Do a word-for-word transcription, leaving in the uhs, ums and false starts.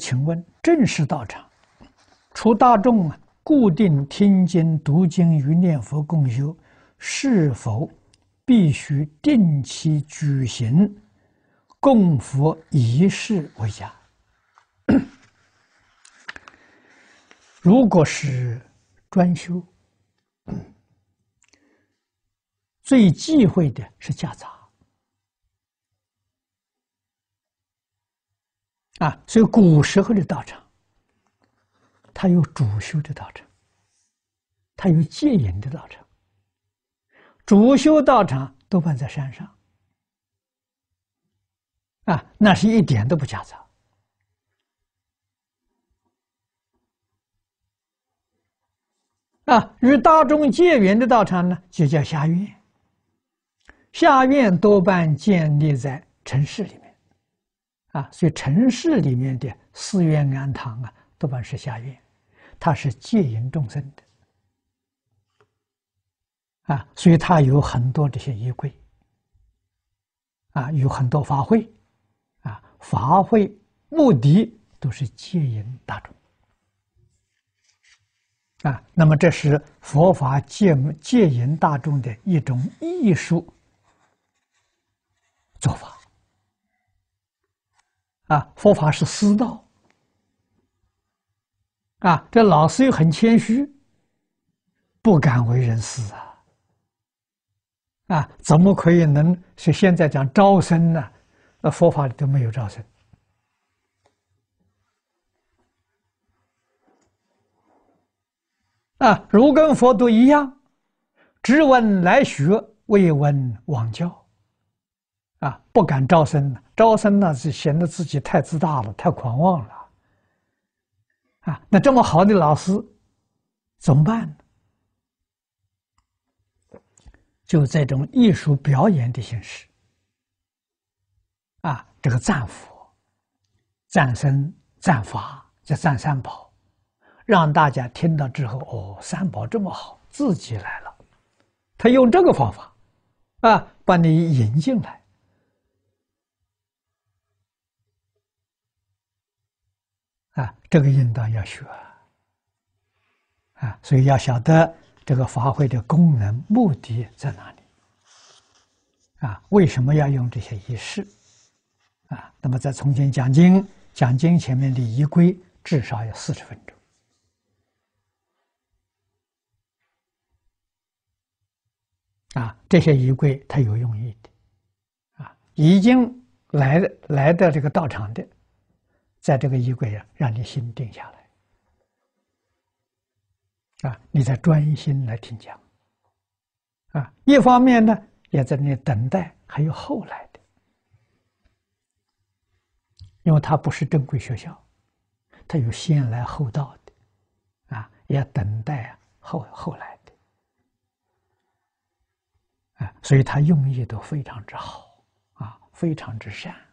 请问正式道场，除大众啊固定听经、读经与念佛共修，是否必须定期举行供佛仪式为佳？如果是专修，最忌讳的是夹杂啊，所以古时候的道场，它有主修的道场，它有戒隐的道场。主修道场都办在山上啊，那是一点都不夹杂啊。与大众结缘的道场呢，就叫下院。下院多半建立在城市里面啊，所以城市里面的寺院庵堂啊，多半是下院，它是戒引众生的啊，所以它有很多这些仪规啊，有很多法会啊，法会目的都是戒引大众啊。那么这是佛法戒戒引大众的一种艺术做法啊。佛法是私道啊，这老师又很谦虚，不敢为人师啊。啊，怎么可以能是现在讲招生呢？那佛法里都没有招生啊，如跟佛都一样，只闻来学，未闻往教啊，不敢招生，招生呢是显得自己太自大了，太狂妄了啊。那这么好的老师怎么办呢？就这种艺术表演的形式啊，这个赞佛、赞僧、赞法，这赞三宝，让大家听到之后，哦，三宝这么好，自己来了。他用这个方法啊，把你引进来啊，这个应当要学啊，所以要晓得这个法会的功能目的在哪里啊？为什么要用这些仪式啊？那么在从前讲经，讲经前面的仪规至少要四十分钟啊，这些仪规它有用意的啊，已经来来的这个道场的，在这个仪规啊，让你心定下来啊，你在专心来听讲啊。一方面呢，也在那里等待，还有后来的，因为它不是正规学校，它有先来后到的啊，也等待后后来的啊，所以他用意都非常之好啊，非常之善。